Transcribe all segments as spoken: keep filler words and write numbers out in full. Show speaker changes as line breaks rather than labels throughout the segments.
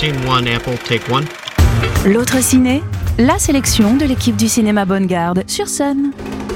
Scene one, Apple, take one.
L'autre ciné, la sélection de l'équipe du cinéma Bonne Garde sur Sun.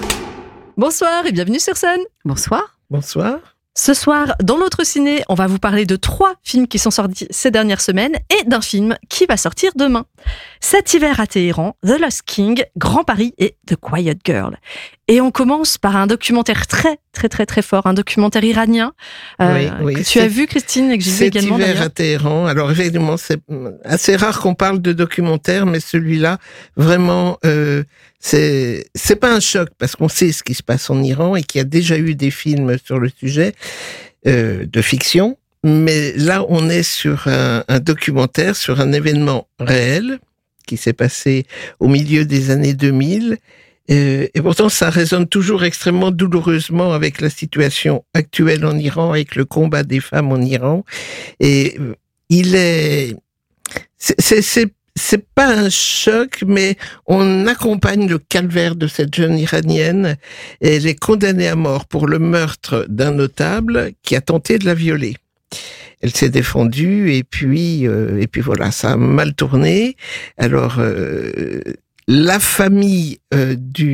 Bonsoir et bienvenue sur Sun.
Bonsoir.
Bonsoir.
Ce soir, dans l'autre ciné, on va vous parler de trois films qui sont sortis ces dernières semaines et d'un film qui va sortir demain. Cet hiver à Téhéran, The Lost King, Grand Paris et The Quiet Girl. Et on commence par un documentaire très, très, très, très fort, un documentaire iranien euh, oui, oui, que tu as vu, Christine, et que j'ai vu également.
Cet hiver à Téhéran. Alors, évidemment, c'est assez rare qu'on parle de documentaire, mais celui-là, vraiment, euh, c'est c'est pas un choc parce qu'on sait ce qui se passe en Iran et qu'il y a déjà eu des films sur le sujet euh, de fiction. Mais là, on est sur un, un documentaire sur un événement réel qui s'est passé au milieu des années deux mille. Euh, et pourtant, ça résonne toujours extrêmement douloureusement avec la situation actuelle en Iran, avec le combat des femmes en Iran. Et il est, c'est, c'est, c'est, c'est pas un choc, mais on accompagne le calvaire de cette jeune Iranienne. Et elle est condamnée à mort pour le meurtre d'un notable qui a tenté de la violer. Elle s'est défendue et puis euh, et puis voilà, ça a mal tourné. Alors euh, la famille euh,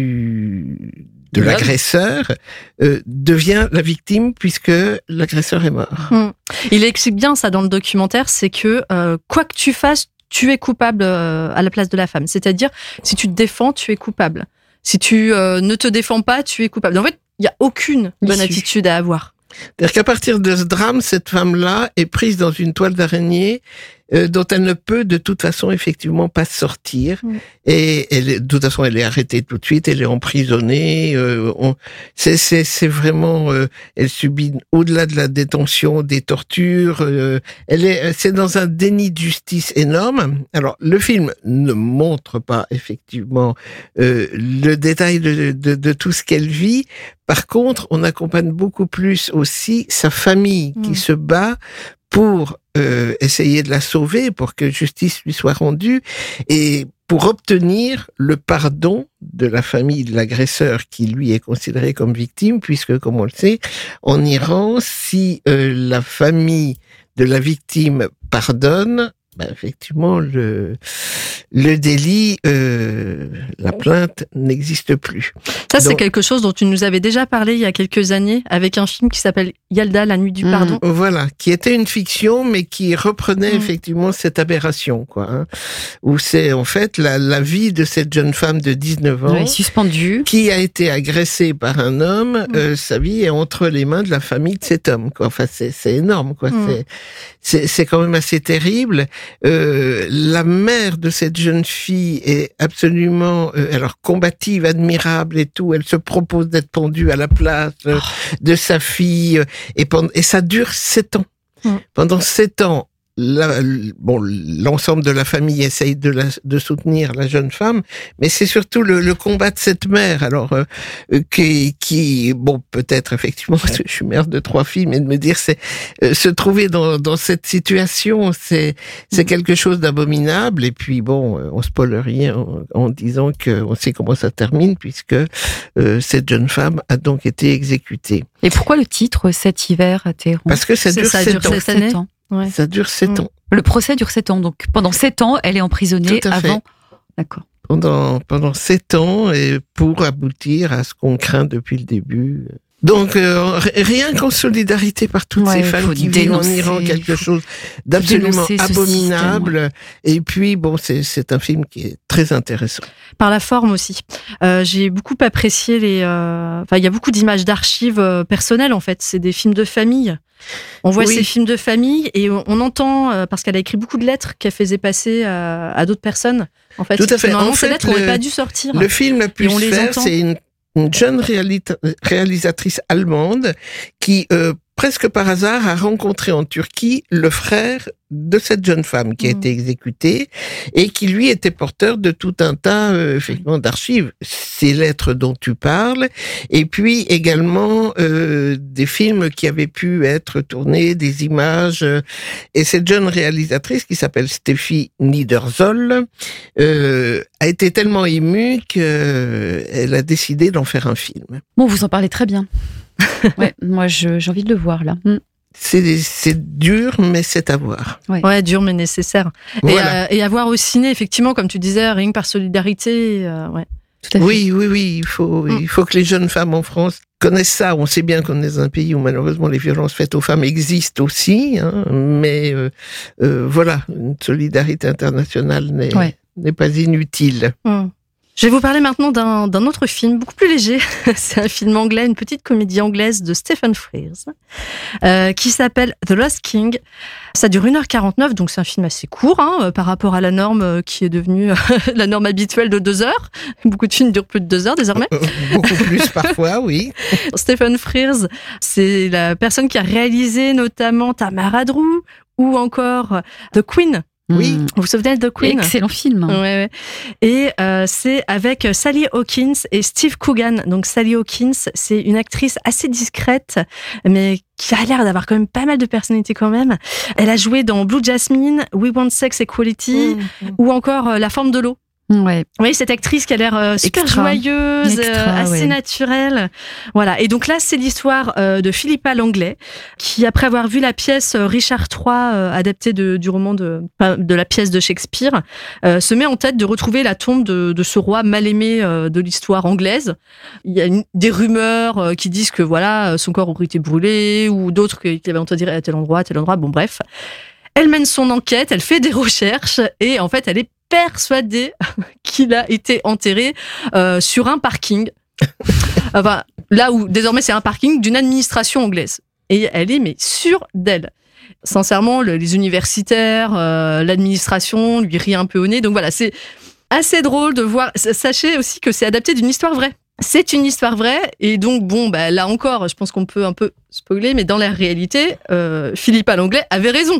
du de ouais. l'agresseur euh, devient la victime puisque l'agresseur est mort.
Mmh. Il explique bien ça dans le documentaire, c'est que euh, quoi que tu fasses, tu es coupable euh, à la place de la femme. C'est-à-dire, si tu te défends, tu es coupable. Si tu euh, ne te défends pas, tu es coupable. En fait, il y a aucune bonne Issue. attitude à avoir.
C'est-à-dire qu'à partir de ce drame, cette femme-là est prise dans une toile d'araignée euh, dont elle ne peut de toute façon effectivement pas sortir. Mmh. Et elle, de toute façon, elle est arrêtée tout de suite, elle est emprisonnée. Euh, on, c'est, c'est, c'est vraiment, euh, elle subit au-delà de la détention des tortures. Euh, elle est, c'est dans un déni de justice énorme. Alors, le film ne montre pas effectivement euh, le détail de, de, de tout ce qu'elle vit. Par contre, on accompagne beaucoup plus aussi sa famille qui mmh. se bat pour euh, essayer de la sauver, pour que justice lui soit rendue et pour obtenir le pardon de la famille de l'agresseur qui lui est considéré comme victime, puisque, comme on le sait, en Iran, si euh, la famille de la victime pardonne, ben effectivement, le, le délit, euh, la plainte n'existe plus.
Ça, Donc, c'est quelque chose dont tu nous avais déjà parlé il y a quelques années avec un film qui s'appelle Yalda, la nuit du pardon.
Mmh, voilà, qui était une fiction, mais qui reprenait mmh. effectivement cette aberration, quoi. Hein, où c'est en fait la, la vie de cette jeune femme de dix-neuf ans,
oui, suspendue,
qui a été agressée par un homme. Mmh. Euh, sa vie est entre les mains de la famille de cet homme, quoi. Enfin, c'est, c'est énorme, quoi. Mmh. C'est, c'est, c'est quand même assez terrible. Euh, la mère de cette jeune fille est absolument euh, alors combative, admirable et tout. Elle se propose d'être pendue à la place euh, oh. de sa fille et, pendant, et ça dure sept ans. Mmh. Pendant sept ans, la, bon, l'ensemble de la famille essaye de, la, de soutenir la jeune femme, mais c'est surtout le, le combat de cette mère, alors euh, qui, qui, bon, peut-être effectivement, parce que je suis mère de trois filles, mais de me dire, c'est euh, se trouver dans, dans cette situation, c'est, c'est quelque chose d'abominable. Et puis bon, on spoile rien en, en disant que on sait comment ça termine, puisque euh, cette jeune femme a donc été exécutée.
Et pourquoi le titre Cet hiver à Téhéran ?
Parce que ça dure sept
ans.
Ouais.
Ça dure sept ans.
Le procès dure sept ans, donc pendant sept ans, elle est emprisonnée avant. D'accord.
Pendant pendant sept ans et pour aboutir à ce qu'on craint depuis le début. Donc euh, rien qu'en solidarité par toutes
ouais,
ces femmes qui vivent en Iran, quelque chose d'absolument abominable. Et puis bon, c'est c'est un film qui est très intéressant.
Par la forme aussi. Euh, j'ai beaucoup apprécié les. Euh... Enfin, il y a beaucoup d'images d'archives euh, personnelles en fait. C'est des films de famille. On voit oui. ces films de famille et on, on entend euh, parce qu'elle a écrit beaucoup de lettres qu'elle faisait passer à, à d'autres personnes. En fait,
tout à fait.
Normalement,
en
ces
fait,
lettres n'auraient pas dû sortir.
Le film a pu se faire. C'est une, une jeune réalita- réalisatrice allemande qui euh, presque par hasard a rencontré en Turquie le frère de cette jeune femme qui a mmh. été exécutée et qui lui était porteur de tout un tas euh, effectivement d'archives, ces lettres dont tu parles, et puis également euh, des films qui avaient pu être tournés, des images. Et cette jeune réalisatrice qui s'appelle Steffi Niederzoll euh, a été tellement émue qu'elle a décidé d'en faire un film.
Bon, vous en parlez très bien. Ouais, moi je, j'ai envie de le voir là. Mmh.
c'est, c'est dur, mais c'est à voir.
Ouais, ouais dur, mais nécessaire.
Voilà.
Et, euh, et à voir au ciné, effectivement, comme tu disais, rien que par solidarité. Euh, ouais.
Tout à fait.
Oui, oui, oui. Il faut, mm. il faut que les jeunes femmes en France connaissent ça. On sait bien qu'on est dans un pays où malheureusement les violences faites aux femmes existent aussi, hein, mais euh, euh, voilà, une solidarité internationale n'est, ouais. n'est pas inutile.
Mm. Je vais vous parler maintenant d'un, d'un autre film, beaucoup plus léger. C'est un film anglais, une petite comédie anglaise de Stephen Frears, euh, qui s'appelle The Lost King. Ça dure une heure quarante-neuf, donc c'est un film assez court, hein, par rapport à la norme qui est devenue la norme habituelle de deux heures. Beaucoup de films durent plus de deux heures désormais.
Beaucoup plus parfois, oui.
Stephen Frears, c'est la personne qui a réalisé notamment Tamara Drew ou encore The Queen.
Oui.
Vous vous souvenez de The Queen ?
Excellent film.
Ouais, ouais. Et euh, c'est avec Sally Hawkins et Steve Coogan. Donc Sally Hawkins, c'est une actrice assez discrète, mais qui a l'air d'avoir quand même pas mal de personnalité quand même. Elle a joué dans Blue Jasmine, We Want Sex Equality, mmh. ou encore euh, La Forme de l'eau.
Ouais.
Oui, cette actrice qui a l'air euh, super Extra. joyeuse, Extra, euh, assez ouais. naturelle. Voilà. Et donc là, c'est l'histoire euh, de Philippa Langley, qui après avoir vu la pièce Richard trois, euh, adaptée de, du roman de, de la pièce de Shakespeare, euh, se met en tête de retrouver la tombe de, de ce roi mal aimé euh, de l'histoire anglaise. Il y a une, des rumeurs euh, qui disent que voilà, son corps aurait été brûlé, ou d'autres qui avaient entendu à tel endroit, à tel endroit. Bon, bref. Elle mène son enquête, elle fait des recherches, et en fait, elle est persuadée qu'il a été enterré euh, sur un parking. Enfin, là où désormais c'est un parking d'une administration anglaise. Et elle est mais sûre d'elle. Sincèrement, le, les universitaires, euh, l'administration lui rit un peu au nez. Donc voilà, c'est assez drôle de voir. Sachez aussi que c'est adapté d'une histoire vraie. C'est une histoire vraie, et donc bon, bah, là encore, je pense qu'on peut un peu spoiler, mais dans la réalité, euh, Philippa Langley avait raison.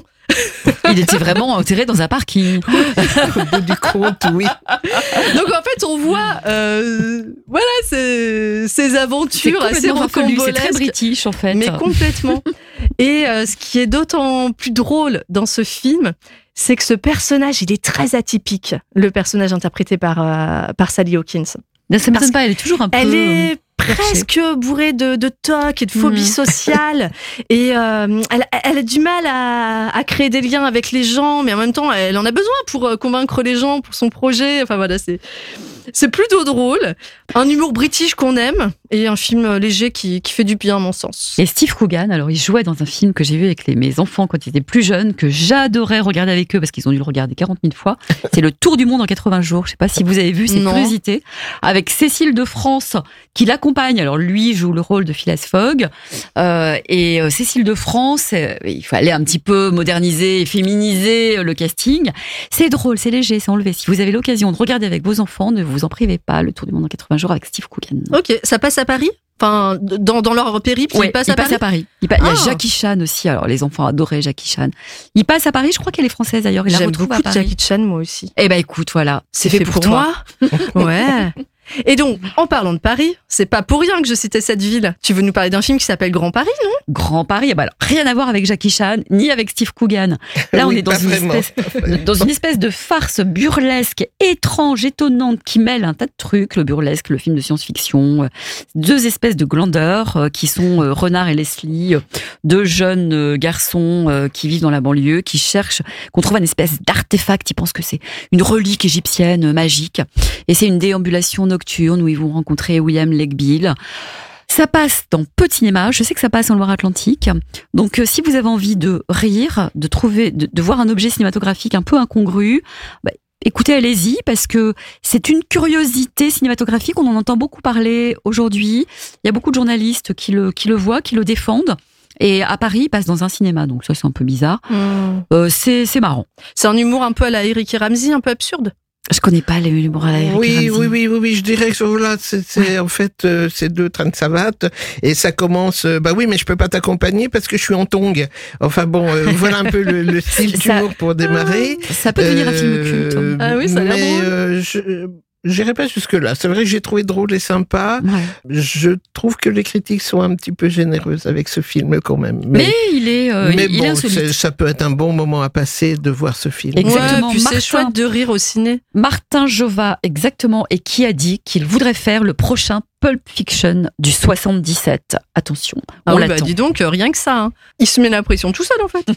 Il était vraiment enterré dans un parking.
Au bout du compte, oui.
Donc en fait, on voit, euh, voilà, ces, ces aventures assez rocambolesques.
C'est très british en fait.
Mais complètement. Et euh, ce qui est d'autant plus drôle dans ce film, c'est que ce personnage, il est très atypique. Le personnage interprété par euh, par Sally Hawkins.
Non, ça ne m'étonne pas, elle est toujours un peu...
Elle est presque bourrée de, de toc et de phobie mmh. sociale. Et euh, elle, elle a du mal à, à créer des liens avec les gens, mais en même temps, elle en a besoin pour convaincre les gens pour son projet. Enfin voilà, c'est... C'est plutôt drôle, un humour british qu'on aime et un film léger qui, qui fait du bien à mon sens.
Et Steve Coogan, alors il jouait dans un film que j'ai vu avec les, mes enfants quand ils étaient plus jeunes, que j'adorais regarder avec eux parce qu'ils ont dû le regarder quarante mille fois. C'est Le Tour du monde en quatre-vingts jours. Je sais pas si vous avez vu, c'est Curiosité, avec Cécile de France qui l'accompagne. Alors lui joue le rôle de Phileas Fogg euh, et euh, Cécile de France, euh, il fallait un petit peu moderniser et féminiser le casting. C'est drôle, c'est léger, c'est enlevé. Si vous avez l'occasion de regarder avec vos enfants, ne vous en privez pas, Le Tour du monde en quatre-vingts jours avec Steve Coogan.
Ok, ça passe à Paris ? Enfin, dans, dans leur périple,
ouais,
ils passent
il
à
passe
Paris.
à Paris. Il, pa- ah. il y a Jackie Chan aussi. Alors, les enfants adoraient Jackie Chan. Il passe à Paris. Je crois qu'elle est française d'ailleurs. Il
J'aime
la retrouve
beaucoup
à Paris.
Jackie Chan, moi aussi.
Eh ben, écoute, voilà.
C'est, c'est fait, fait pour, pour moi. Ouais. Et donc, en parlant de Paris, c'est pas pour rien que je citais cette ville. Tu veux nous parler d'un film qui s'appelle Grand Paris, non ?
Grand Paris, bah alors, rien à voir avec Jackie Chan, ni avec Steve Coogan. Là,
oui,
on est dans une, espèce, dans une espèce de farce burlesque, étrange, étonnante, qui mêle un tas de trucs. Le burlesque, le film de science-fiction, deux espèces de glandeurs qui sont Renard et Leslie, deux jeunes garçons qui vivent dans la banlieue, qui cherchent, qu'on trouve une espèce d'artefact. Ils pensent que c'est une relique égyptienne magique. Et c'est une déambulation nocturne où ils vont rencontrer William Legbill. Ça passe dans peu de cinéma. Je sais que ça passe en Loire-Atlantique. Donc, euh, si vous avez envie de rire, de trouver, de, de voir un objet cinématographique un peu incongru, bah, écoutez, allez-y, parce que c'est une curiosité cinématographique. On en entend beaucoup parler aujourd'hui. Il y a beaucoup de journalistes qui le, qui le voient, qui le défendent. Et à Paris, il passe dans un cinéma, donc ça, c'est un peu bizarre. Mmh. Euh, c'est, c'est marrant.
C'est un humour un peu à la Eric et Ramsey, un peu absurde.
Je connais pas les humours à la Eric
oui,
Ramsey.
oui, oui, oui, oui, je dirais que voilà, c'est, c'est ouais. en fait euh, c'est deux trains de savate et ça commence. Euh, bah oui, mais je peux pas t'accompagner parce que je suis en tongs. Enfin bon, euh, voilà un peu le, le style d'humour pour démarrer.
Ça peut devenir euh, un film culte.
Ah oui, ça a l'air
mais,
drôle.
Euh, je, j'irai pas jusque-là. C'est vrai que j'ai trouvé drôle et sympa.
Ouais.
Je trouve que les critiques sont un petit peu généreuses avec ce film quand même. Mais,
Mais il est, euh,
mais
il
bon,
est insolite.
c'est- ça peut être un bon moment à passer de voir ce film.
Exactement.
Ouais, puis
Martin.
c'est chouette de rire au ciné.
Martin Jova, exactement, et qui a dit qu'il voudrait faire le prochain Pulp Fiction du soixante-dix-sept. Attention, on
Ah oui, bah
l'attend.
dis donc, euh, rien que ça. Hein. Il se met la pression tout seul en fait.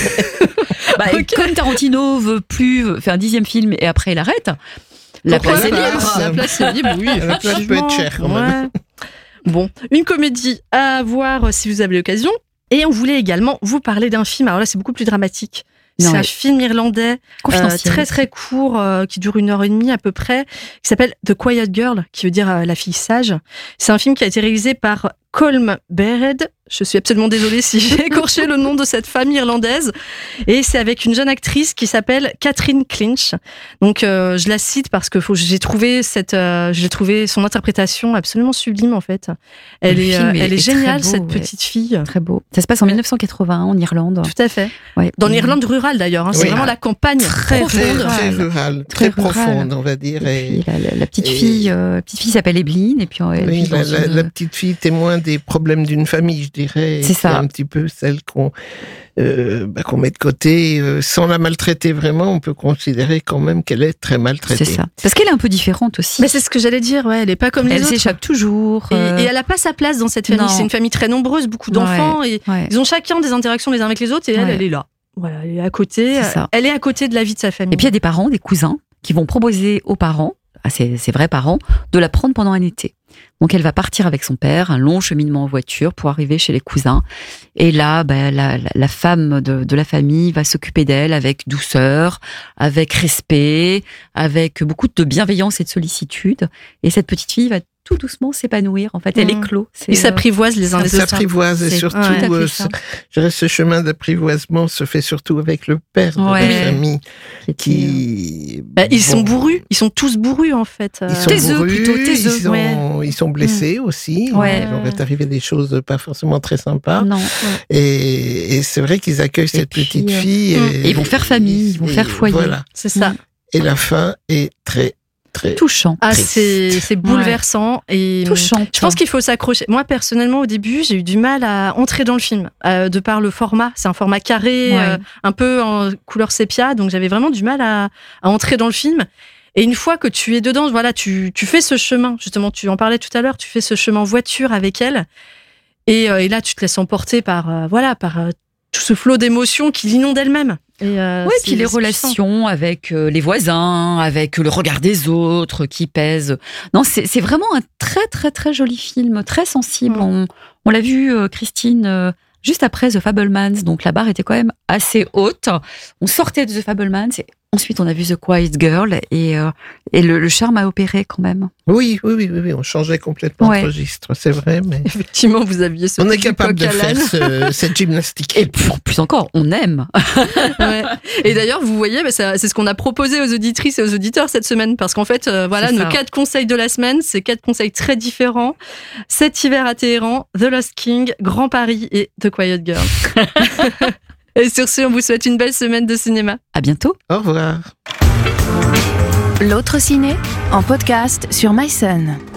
Bah, et
Ok.
Comme Tarantino veut plus faire un dixième film et après il arrête, la
Pourquoi
place est
la
libre.
place
La place est libre, oui.
La place peut être chère, quand même.
Ouais. Bon, une comédie à voir si vous avez l'occasion. Et on voulait également vous parler d'un film. Alors là, c'est beaucoup plus dramatique. C'est
Ouais.
un film irlandais euh,
Confidentiel.
très très court euh, qui dure une heure et demie à peu près, qui s'appelle The Quiet Girl, qui veut dire euh, la fille sage. C'est un film qui a été réalisé par Colm Baird. Je suis absolument désolée si j'ai écorché le nom de cette famille irlandaise. Et c'est avec une jeune actrice qui s'appelle Catherine Clinch. Donc euh, je la cite parce que faut, j'ai trouvé cette, euh, j'ai trouvé son interprétation absolument sublime en fait. Elle
Le
est,
film
euh,
est-
elle est,
est très
géniale
beau,
cette
ouais.
petite fille.
Très beau. Ça se passe en
Ouais.
mille neuf cent quatre-vingt en Irlande.
Tout à fait.
Ouais.
Dans
Et-
l'Irlande rurale d'ailleurs. Hein. C'est
Oui.
vraiment la campagne
Très
profonde.
Très,
rural.
très rural,
Très
très,
rural.
profonde, on va dire.
Et
Et,
puis, la, la- la petite
et-
fille, euh, la petite fille s'appelle Evelyn et puis euh, elle
oui,
vit
la,
dans
la-
une-
la petite fille témoin des problèmes d'une famille, je dirais. et
C'est ça.
un petit peu celle qu'on euh, bah, qu'on met de côté. Euh, sans la maltraiter vraiment, on peut considérer quand même qu'elle est très maltraitée.
C'est ça. Parce qu'elle est un peu différente aussi.
Mais c'est ce que j'allais dire. Ouais, elle est pas comme les
Elle
autres.
s'échappe toujours.
Et,
euh,
et elle a pas sa place dans cette famille.
non.
C'est une famille très nombreuse, beaucoup d'enfants et
ouais.
ils ont chacun des interactions les uns avec les autres et elle,
Ouais.
elle est là. Voilà, elle est à côté.
C'est ça.
Elle est à côté de la vie de sa famille.
Et puis il y a des parents, des cousins, qui vont proposer aux parents, à ses, ses vrais parents, de la prendre pendant un été. Donc elle va partir avec son père, un long cheminement en voiture pour arriver chez les cousins. Et là, bah, la, la, la femme de, de la famille va s'occuper d'elle avec douceur, avec respect, avec beaucoup de bienveillance et de sollicitude. Et cette petite fille va tout doucement s'épanouir. En fait, elle
Mmh.
éclot. C'est,
Ils s'apprivoisent les uns
Elle
les autres.
s'apprivoise et
C'est
surtout,
tout à fait
euh,
ça.
ce, je dirais, ce chemin d'apprivoisement se fait surtout avec le père de
Ouais.
la famille
euh,
qui.
Bah, ils sont
bon,
bourrus. Ils sont tous bourrus en fait.
Ils sont
Taiseux,
bourrus,
plutôt, taiseux,
ils, sont,
ouais.
ils sont blessés aussi.
Ouais.
Il leur est arrivé des choses pas forcément très sympas.
Non.
Et, et c'est vrai qu'ils accueillent
Et
cette
puis,
petite
euh,
fille.
mm.
Et ils vont faire famille, ils vont
et
faire foyer.
Voilà.
C'est ça.
Et la fin est très, très.
Touchant.
Ah,
Triste.
c'est c'est bouleversant et
Touchant.
je pense qu'il faut s'accrocher. Moi, personnellement, au début, j'ai eu du mal à entrer dans le film, euh, de par le format. C'est un format carré,
Ouais.
euh, un peu en couleur sépia, donc j'avais vraiment du mal à, à entrer dans le film. Et une fois que tu es dedans, voilà, tu, tu fais ce chemin, justement, tu en parlais tout à l'heure, tu fais ce chemin en voiture avec elle, et, euh, et là, tu te laisses emporter par, euh, voilà, par euh, tout ce flot d'émotions qui l'inonde elle-même. Et euh,
Ouais,
c'est-
puis les
c'est puissant.
relations avec euh, les voisins, avec le regard des autres qui pèsent. Non, c'est c'est vraiment un très très très joli film, très sensible.
Mm.
On, on l'a vu, euh, Christine, euh, juste après The Fabelmans, donc la barre était quand même assez haute. On sortait de The Fabelmans et ensuite on a vu The Quiet Girl et, euh, et le, le charme a opéré quand même.
Oui, oui, oui, oui, oui, on changeait complètement
Ouais.
de registre, c'est vrai, mais
Effectivement, vous aviez ce
on est
petit
capable de
coq à
faire
l'âne.
ce- cette gymnastique.
Et plus, plus encore, on aime.
Ouais. Et d'ailleurs, vous voyez, bah, ça- c'est ce qu'on a proposé aux auditrices et aux auditeurs cette semaine, parce qu'en fait, euh, voilà,
C'est
nos
ça.
quatre conseils de la semaine, c'est quatre conseils très différents. Cet hiver à Téhéran, The Lost King, Grand Paris et The Quiet Girl. Et sur ce, on vous souhaite une belle semaine de cinéma.
À bientôt.
Au revoir.
L'autre ciné en podcast sur MySun.